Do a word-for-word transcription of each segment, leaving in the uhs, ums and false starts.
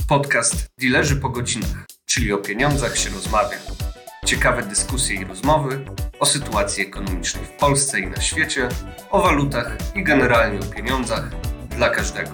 Podcast Dilerzy po godzinach, czyli o pieniądzach się rozmawia. Ciekawe dyskusje i rozmowy o sytuacji ekonomicznej w Polsce i na świecie, o walutach i generalnie o pieniądzach dla każdego.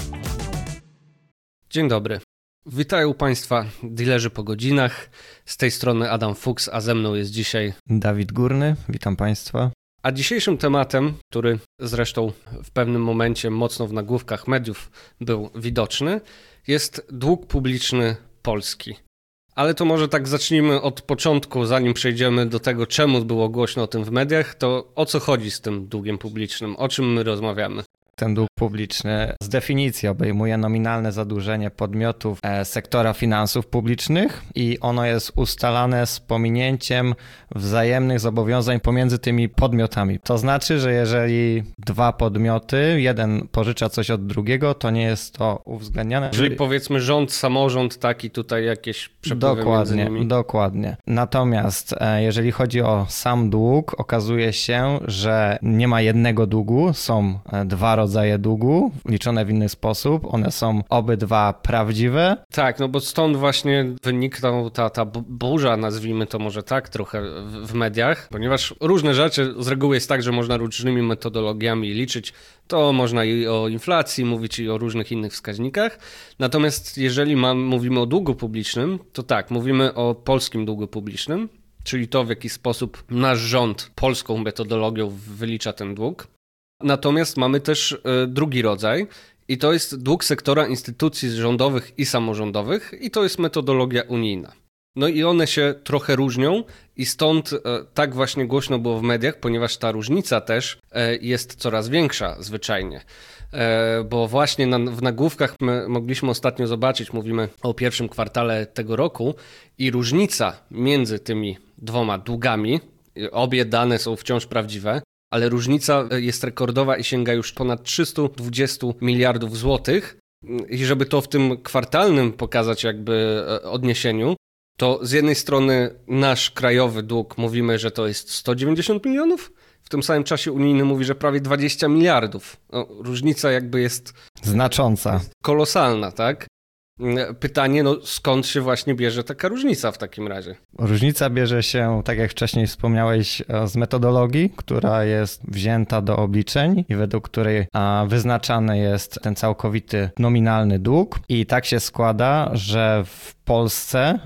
Dzień dobry. Witają Państwa Dilerzy po godzinach. Z tej strony Adam Fuchs, a ze mną jest dzisiaj Dawid Górny. Witam Państwa. A dzisiejszym tematem, który zresztą w pewnym momencie mocno w nagłówkach mediów był widoczny, jest dług publiczny Polski. Ale to może tak zacznijmy od początku, zanim przejdziemy do tego, czemu było głośno o tym w mediach, to o co chodzi z tym długiem publicznym, o czym my rozmawiamy? Ten dług publiczny z definicji obejmuje nominalne zadłużenie podmiotów e, sektora finansów publicznych i ono jest ustalane z pominięciem wzajemnych zobowiązań pomiędzy tymi podmiotami. To znaczy, że jeżeli dwa podmioty, jeden pożycza coś od drugiego, to nie jest to uwzględniane. Czyli powiedzmy rząd, samorząd, taki tutaj jakieś przepływy Dokładnie, między nimi. Dokładnie. Natomiast e, jeżeli chodzi o sam dług, okazuje się, że nie ma jednego długu, są dwa rodzaje rodzaje długu, liczone w inny sposób. One są obydwa prawdziwe. Tak, no bo stąd właśnie wynikła ta, ta burza, nazwijmy to może tak, trochę w, w mediach, ponieważ różne rzeczy z reguły jest tak, że można różnymi metodologiami liczyć. To można i o inflacji mówić, i o różnych innych wskaźnikach. Natomiast jeżeli mam, mówimy o długu publicznym, to tak, mówimy o polskim długu publicznym, czyli to, w jaki sposób nasz rząd polską metodologią wylicza ten dług. Natomiast mamy też drugi rodzaj i to jest dług sektora instytucji rządowych i samorządowych i to jest metodologia unijna. No i one się trochę różnią i stąd tak właśnie głośno było w mediach, ponieważ ta różnica też jest coraz większa zwyczajnie. Bo właśnie na, w nagłówkach my mogliśmy ostatnio zobaczyć, mówimy o pierwszym kwartale tego roku i różnica między tymi dwoma długami, obie dane są wciąż prawdziwe, ale różnica jest rekordowa i sięga już ponad trzysta dwadzieścia miliardów złotych. I żeby to w tym kwartalnym pokazać jakby odniesieniu, to z jednej strony nasz krajowy dług mówimy, że to jest sto dziewięćdziesiąt milionów, w tym samym czasie unijny mówi, że prawie dwadzieścia miliardów. No, różnica jakby jest znacząca, jest kolosalna, tak? Pytanie, no skąd się właśnie bierze taka różnica w takim razie? Różnica bierze się, tak jak wcześniej wspomniałeś, z metodologii, która jest wzięta do obliczeń i według której wyznaczany jest ten całkowity nominalny dług. I tak się składa, że w Polsce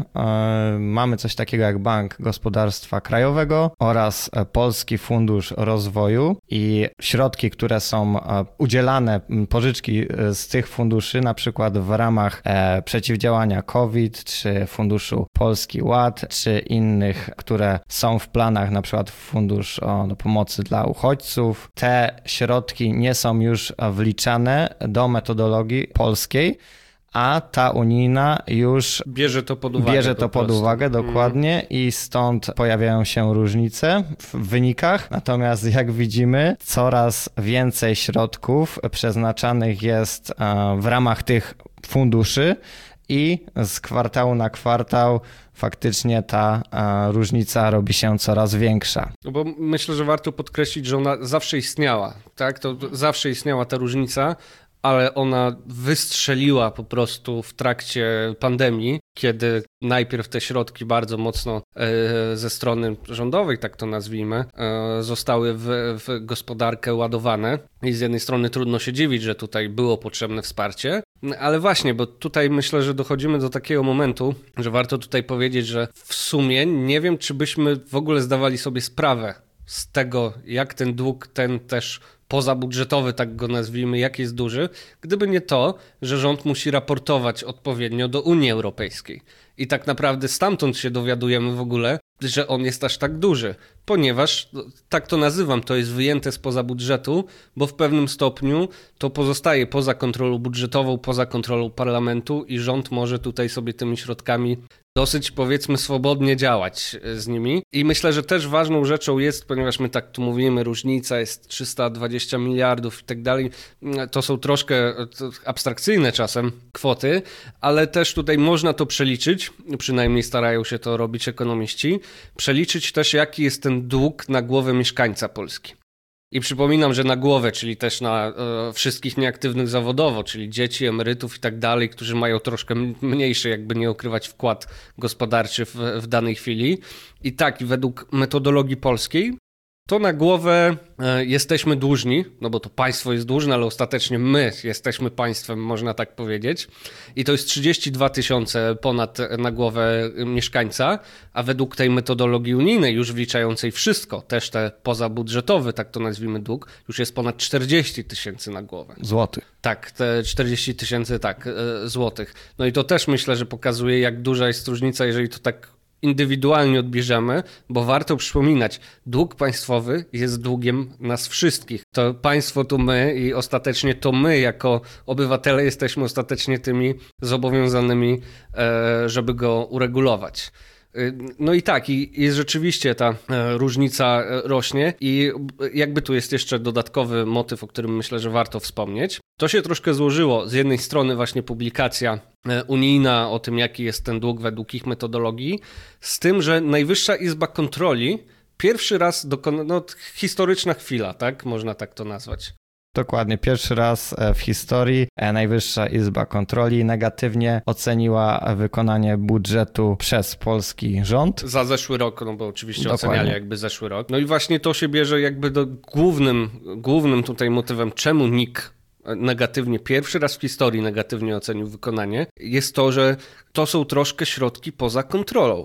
mamy coś takiego jak Bank Gospodarstwa Krajowego oraz Polski Fundusz Rozwoju i środki, które są udzielane, pożyczki z tych funduszy, na przykład w ramach przeciwdziałania COVID, czy Funduszu Polski Ład, czy innych, które są w planach, na przykład Fundusz o, Pomocy dla Uchodźców. Te środki nie są już wliczane do metodologii polskiej, a ta unijna już bierze to pod uwagę. Bierze to po pod prostu. uwagę, dokładnie, mm. i stąd pojawiają się różnice w wynikach. Natomiast jak widzimy, coraz więcej środków przeznaczanych jest w ramach tych funduszy i z kwartału na kwartał faktycznie ta różnica robi się coraz większa. No bo myślę, że warto podkreślić, że ona zawsze istniała, tak? To zawsze istniała ta różnica, ale ona wystrzeliła po prostu w trakcie pandemii, kiedy najpierw te środki bardzo mocno e, ze strony rządowej, tak to nazwijmy, e, zostały w, w gospodarkę ładowane i z jednej strony trudno się dziwić, że tutaj było potrzebne wsparcie, ale właśnie, bo tutaj myślę, że dochodzimy do takiego momentu, że warto tutaj powiedzieć, że w sumie nie wiem, czy byśmy w ogóle zdawali sobie sprawę z tego, jak ten dług, ten też pozabudżetowy, tak go nazwijmy, jak jest duży, gdyby nie to, że rząd musi raportować odpowiednio do Unii Europejskiej. I tak naprawdę stamtąd się dowiadujemy w ogóle, że on jest aż tak duży, ponieważ, tak to nazywam, to jest wyjęte spoza budżetu, bo w pewnym stopniu to pozostaje poza kontrolą budżetową, poza kontrolą parlamentu i rząd może tutaj sobie tymi środkami dosyć, powiedzmy, swobodnie działać z nimi. I myślę, że też ważną rzeczą jest, ponieważ my tak tu mówimy, różnica jest trzysta dwadzieścia miliardów i tak dalej, to są troszkę abstrakcyjne czasem kwoty, ale też tutaj można to przeliczyć, przynajmniej starają się to robić ekonomiści, przeliczyć też, jaki jest ten dług na głowę mieszkańca Polski. I przypominam, że na głowę, czyli też na e, wszystkich nieaktywnych zawodowo, czyli dzieci, emerytów i tak dalej, którzy mają troszkę mniejszy, jakby nie ukrywać, wkład gospodarczy w, w danej chwili. I tak, i według metodologii polskiej, to na głowę e, jesteśmy dłużni, no bo to państwo jest dłużne, ale ostatecznie my jesteśmy państwem, można tak powiedzieć. I to jest trzydzieści dwa tysiące ponad na głowę mieszkańca, a według tej metodologii unijnej, już wliczającej wszystko, też te pozabudżetowy, tak to nazwijmy, dług, już jest ponad czterdzieści tysięcy na głowę. Złotych. Tak, te czterdzieści tysięcy, tak, e, złotych. No i to też myślę, że pokazuje, jak duża jest różnica, jeżeli to tak indywidualnie odbierzemy, bo warto przypominać, dług państwowy jest długiem nas wszystkich. To państwo to my i ostatecznie to my jako obywatele jesteśmy ostatecznie tymi zobowiązanymi, żeby go uregulować. No i tak, i, i rzeczywiście ta różnica rośnie i jakby tu jest jeszcze dodatkowy motyw, o którym myślę, że warto wspomnieć. To się troszkę złożyło. Z jednej strony właśnie publikacja unijna o tym, jaki jest ten dług według ich metodologii, z tym, że Najwyższa Izba Kontroli pierwszy raz dokonała, no historyczna chwila, tak? Można tak to nazwać. Dokładnie. Pierwszy raz w historii Najwyższa Izba Kontroli negatywnie oceniła wykonanie budżetu przez polski rząd. Za zeszły rok, no bo oczywiście Dokładnie. Oceniali jakby zeszły rok. No i właśnie to się bierze jakby do głównym, głównym tutaj motywem, czemu N I K negatywnie, pierwszy raz w historii negatywnie ocenił wykonanie, jest to, że to są troszkę środki poza kontrolą.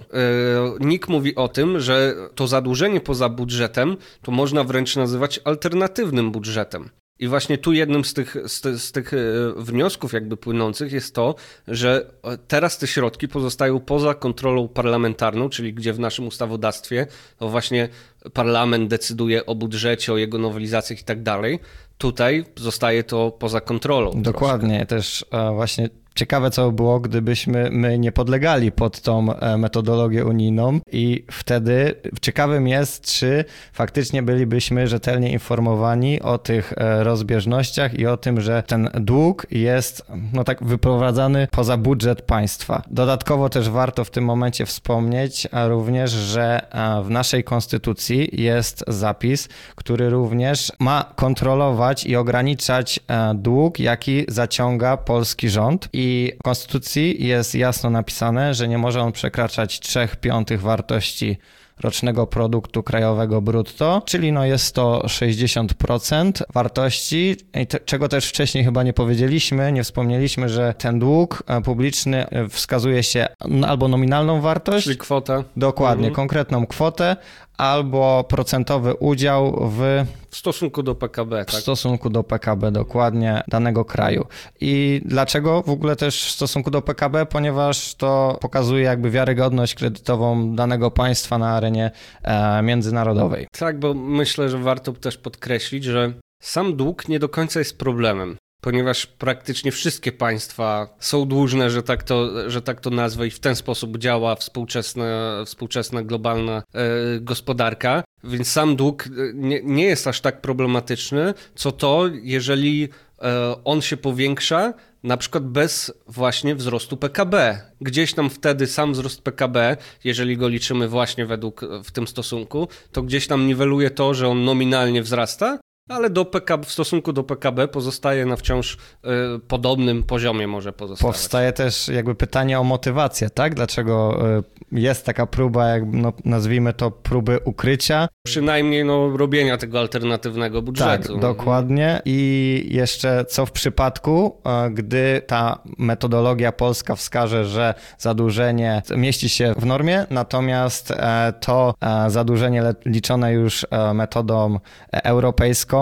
N I K mówi o tym, że to zadłużenie poza budżetem to można wręcz nazywać alternatywnym budżetem. I właśnie tu jednym z tych, z, ty, z tych wniosków jakby płynących jest to, że teraz te środki pozostają poza kontrolą parlamentarną, czyli gdzie w naszym ustawodawstwie to właśnie parlament decyduje o budżecie, o jego nowelizacjach i tak dalej. Tutaj zostaje to poza kontrolą. Dokładnie, troszkę. Też właśnie ciekawe, co by było, gdybyśmy my nie podlegali pod tą metodologię unijną i wtedy ciekawym jest, czy faktycznie bylibyśmy rzetelnie informowani o tych rozbieżnościach i o tym, że ten dług jest no tak wyprowadzany poza budżet państwa. Dodatkowo też warto w tym momencie wspomnieć a również, że w naszej konstytucji jest zapis, który również ma kontrolować i ograniczać dług, jaki zaciąga polski rząd. I I w Konstytucji jest jasno napisane, że nie może on przekraczać trzy piątych wartości rocznego produktu krajowego brutto, czyli no jest to sześćdziesiąt procent wartości, te, czego też wcześniej chyba nie powiedzieliśmy, nie wspomnieliśmy, że ten dług publiczny wskazuje się albo nominalną wartość, czyli kwotę. Dokładnie, mhm. konkretną kwotę, albo procentowy udział w... W stosunku do P K B, tak? W stosunku do P K B, dokładnie, danego kraju. I dlaczego w ogóle też w stosunku do P K B? Ponieważ to pokazuje jakby wiarygodność kredytową danego państwa na arenie e, międzynarodowej. Tak, bo myślę, że warto też podkreślić, że sam dług nie do końca jest problemem. Ponieważ praktycznie wszystkie państwa są dłużne, że tak to, że tak to nazwę, i w ten sposób działa współczesna, współczesna globalna e, gospodarka, więc sam dług nie, nie jest aż tak problematyczny, co to, jeżeli e, on się powiększa, na przykład bez właśnie wzrostu P K B. Gdzieś tam wtedy sam wzrost P K B, jeżeli go liczymy właśnie według w tym stosunku, to gdzieś tam niweluje to, że on nominalnie wzrasta, ale do P K B, w stosunku do P K B pozostaje na wciąż y, podobnym poziomie może pozostawać. Powstaje też jakby pytanie o motywację, tak? Dlaczego y, jest taka próba, jak, no, nazwijmy to próby ukrycia? Przynajmniej no, robienia tego alternatywnego budżetu. Tak, dokładnie. I jeszcze co w przypadku, y, gdy ta metodologia polska wskaże, że zadłużenie mieści się w normie, natomiast y, to y, zadłużenie le- liczone już y, metodą europejską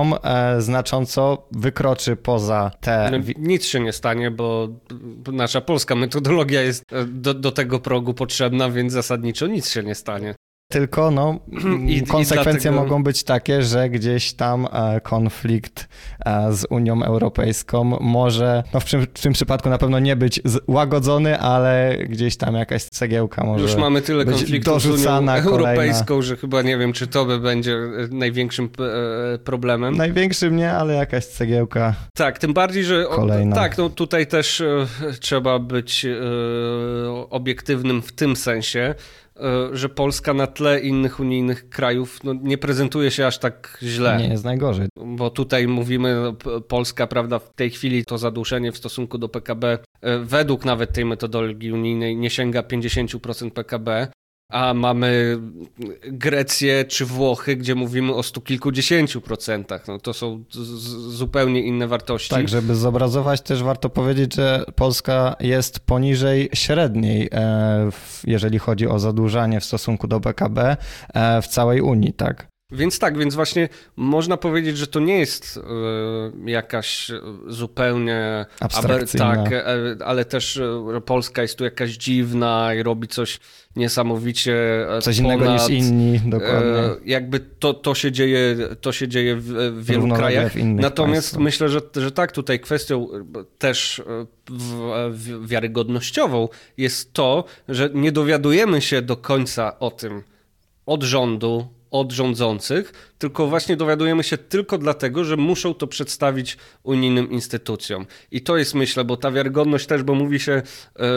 znacząco wykroczy poza te... No, nic się nie stanie, bo nasza polska metodologia jest do, do tego progu potrzebna, więc zasadniczo nic się nie stanie. Tylko no, I, konsekwencje i dlatego... mogą być takie, że gdzieś tam e, konflikt e, z Unią Europejską może, no w, czym, w tym przypadku na pewno nie być z, łagodzony, ale gdzieś tam jakaś cegiełka może Już mamy tyle być konfliktów z Unią dorzucana Europejską, kolejna. że chyba nie wiem, czy to by będzie największym e, problemem. Największym nie, ale jakaś cegiełka. Tak, tym bardziej, że o, kolejna. tak, no tutaj też e, trzeba być e, obiektywnym w tym sensie, że Polska na tle innych unijnych krajów no, nie prezentuje się aż tak źle. Nie jest najgorzej. Bo tutaj mówimy, Polska, prawda, w tej chwili to zadłużenie w stosunku do P K B według nawet tej metodologii unijnej nie sięga pięćdziesiąt procent P K B, a mamy Grecję czy Włochy, gdzie mówimy o stu kilkudziesięciu procentach. No to są z- z- zupełnie inne wartości. Tak, żeby zobrazować też warto powiedzieć, że Polska jest poniżej średniej, e, w, jeżeli chodzi o zadłużanie w stosunku do P K B e, w całej Unii, tak? Więc tak, więc właśnie można powiedzieć, że to nie jest y, jakaś zupełnie Abstrakcyjna. Aber, tak, e, ale też e, Polska jest tu jakaś dziwna i robi coś niesamowicie e, Coś ponad, innego niż inni, dokładnie. E, jakby to, to się dzieje, to się dzieje w, w wielu Równolegle krajach. w innych Natomiast państwach. myślę, że, że tak, tutaj kwestią też w, w wiarygodnościową jest to, że nie dowiadujemy się do końca o tym od rządu, od rządzących, tylko właśnie dowiadujemy się tylko dlatego, że muszą to przedstawić unijnym instytucjom. I to jest, myślę, bo ta wiarygodność też, bo mówi się,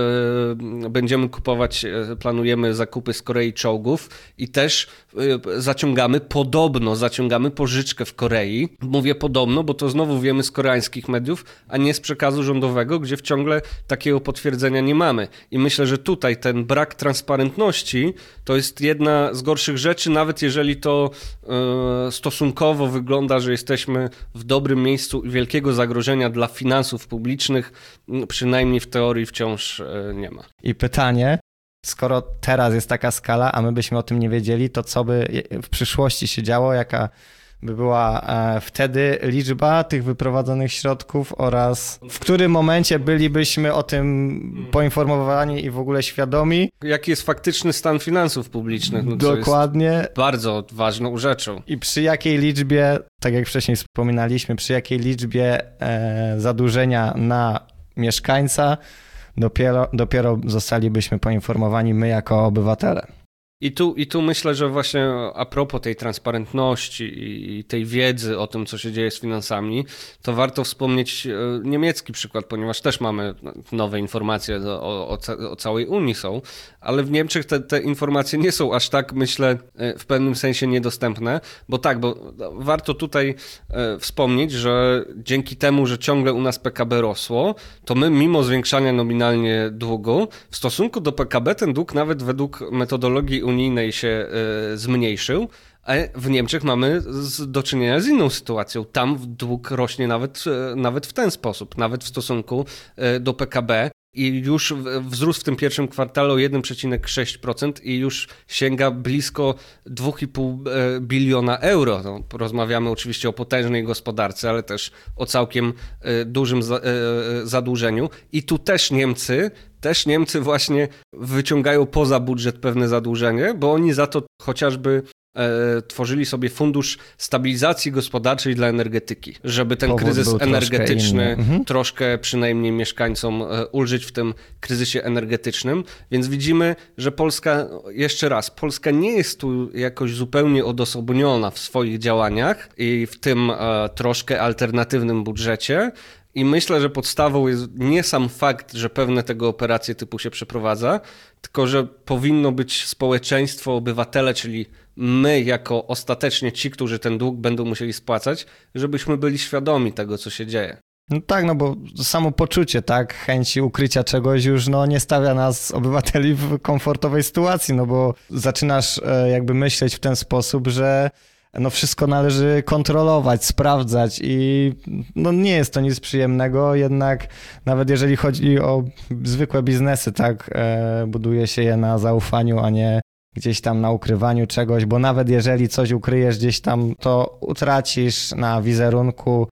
yy, będziemy kupować, yy, planujemy zakupy z Korei czołgów i też yy, zaciągamy, podobno zaciągamy pożyczkę w Korei. Mówię podobno, bo to znowu wiemy z koreańskich mediów, a nie z przekazu rządowego, gdzie ciągle takiego potwierdzenia nie mamy. I myślę, że tutaj ten brak transparentności to jest jedna z gorszych rzeczy, nawet jeżeli to yy, stosunkowo wygląda, że jesteśmy w dobrym miejscu i wielkiego zagrożenia dla finansów publicznych, przynajmniej w teorii wciąż nie ma. I pytanie, skoro teraz jest taka skala, a my byśmy o tym nie wiedzieli, to co by w przyszłości się działo, jaka by była e, wtedy liczba tych wyprowadzonych środków oraz w którym momencie bylibyśmy o tym poinformowani i w ogóle świadomi? Jaki jest faktyczny stan finansów publicznych? No, co Dokładnie. jest bardzo ważną rzeczą. I przy jakiej liczbie, tak jak wcześniej wspominaliśmy, przy jakiej liczbie e, zadłużenia na mieszkańca dopiero, dopiero zostalibyśmy poinformowani my jako obywatele. I tu, I tu myślę, że właśnie a propos tej transparentności i tej wiedzy o tym, co się dzieje z finansami, to warto wspomnieć niemiecki przykład, ponieważ też mamy nowe informacje o, o, o całej Unii są, ale w Niemczech te, te informacje nie są aż tak, myślę, w pewnym sensie niedostępne, bo tak, bo warto tutaj wspomnieć, że dzięki temu, że ciągle u nas P K B rosło, to my mimo zwiększania nominalnie długu, w stosunku do P K B ten dług nawet według metodologii unijnej się y, zmniejszył, a w Niemczech mamy z, do czynienia z inną sytuacją. Tam dług rośnie nawet, y, nawet w ten sposób, nawet w stosunku y, do P K B i już wzrósł w tym pierwszym kwartale o jeden przecinek sześć procent i już sięga blisko dwa i pół biliona euro. No, rozmawiamy oczywiście o potężnej gospodarce, ale też o całkiem y, dużym za, y, zadłużeniu. I tu też Niemcy Też Niemcy właśnie wyciągają poza budżet pewne zadłużenie, bo oni za to chociażby e, tworzyli sobie fundusz stabilizacji gospodarczej dla energetyki, żeby ten Powód kryzys był energetyczny troszkę, mhm. troszkę przynajmniej mieszkańcom e, ulżyć w tym kryzysie energetycznym. Więc widzimy, że Polska, jeszcze raz, Polska nie jest tu jakoś zupełnie odosobniona w swoich działaniach i w tym e, troszkę alternatywnym budżecie. I myślę, że podstawą jest nie sam fakt, że pewne tego operacje typu się przeprowadza, tylko że powinno być społeczeństwo, obywatele, czyli my jako ostatecznie ci, którzy ten dług będą musieli spłacać, żebyśmy byli świadomi tego, co się dzieje. No tak, no bo samo poczucie, tak, chęci ukrycia czegoś już no, nie stawia nas, obywateli, w komfortowej sytuacji, no bo zaczynasz e, jakby myśleć w ten sposób, że no wszystko należy kontrolować, sprawdzać i no nie jest to nic przyjemnego, jednak nawet jeżeli chodzi o zwykłe biznesy, tak, e, buduje się je na zaufaniu, a nie gdzieś tam na ukrywaniu czegoś, bo nawet jeżeli coś ukryjesz gdzieś tam, to utracisz na wizerunku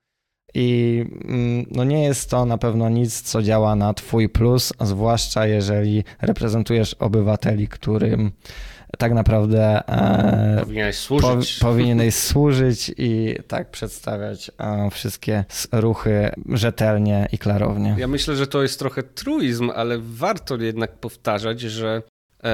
i no nie jest to na pewno nic, co działa na twój plus, a zwłaszcza jeżeli reprezentujesz obywateli, którym tak naprawdę e, Powinieneś służyć. Po, powinieneś służyć i tak przedstawiać e, wszystkie ruchy rzetelnie i klarownie. Ja myślę, że to jest trochę truizm, ale warto jednak powtarzać, że e,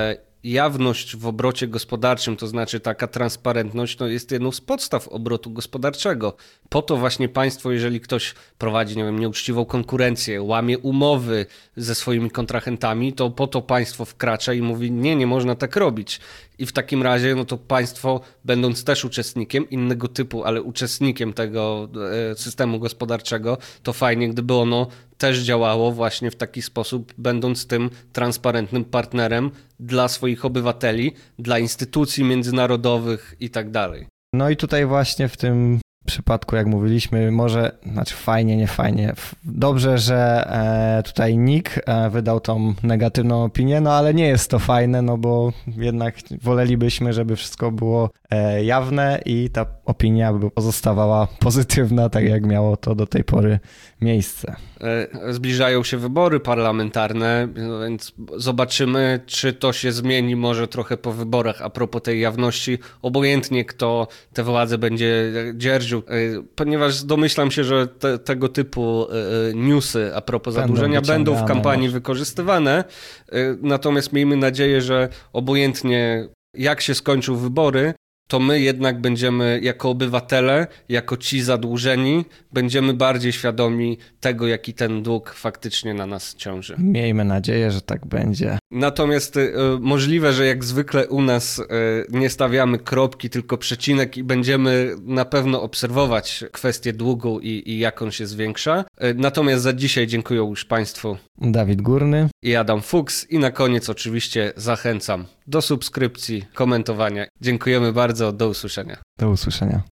jawność w obrocie gospodarczym, to znaczy taka transparentność, no jest jedną z podstaw obrotu gospodarczego. Po to właśnie państwo, jeżeli ktoś prowadzi, nie wiem, nieuczciwą konkurencję, łamie umowy ze swoimi kontrahentami, to po to państwo wkracza i mówi, nie, nie można tak robić. I w takim razie, no to państwo, będąc też uczestnikiem innego typu, ale uczestnikiem tego systemu gospodarczego, to fajnie, gdyby ono też działało właśnie w taki sposób, będąc tym transparentnym partnerem dla swoich obywateli, dla instytucji międzynarodowych i tak dalej. No i tutaj właśnie w tym przypadku, jak mówiliśmy, może, znaczy fajnie, nie fajnie. Dobrze, że e, tutaj N I K e, wydał tą negatywną opinię, no ale nie jest to fajne, no bo jednak wolelibyśmy, żeby wszystko było e, jawne i ta opinia by pozostawała pozytywna, tak jak miało to do tej pory miejsce. E, zbliżają się wybory parlamentarne, no więc zobaczymy, czy to się zmieni może trochę po wyborach. A propos tej jawności, obojętnie kto tę władzę będzie dzierżył, ponieważ domyślam się, że te, tego typu newsy a propos Będą zadłużenia będą w kampanii może. wykorzystywane. Natomiast miejmy nadzieję, że obojętnie jak się skończą wybory, to my jednak będziemy jako obywatele, jako ci zadłużeni, będziemy bardziej świadomi tego, jaki ten dług faktycznie na nas ciąży. Miejmy nadzieję, że tak będzie. Natomiast y, możliwe, że jak zwykle u nas y, nie stawiamy kropki, tylko przecinek i będziemy na pewno obserwować kwestię długu i, i jak on się zwiększa. Y, natomiast za dzisiaj dziękuję już Państwu. Dawid Górny I Adam Fuchs. I na koniec oczywiście zachęcam do subskrypcji, komentowania. Dziękujemy bardzo, do usłyszenia. do usłyszenia.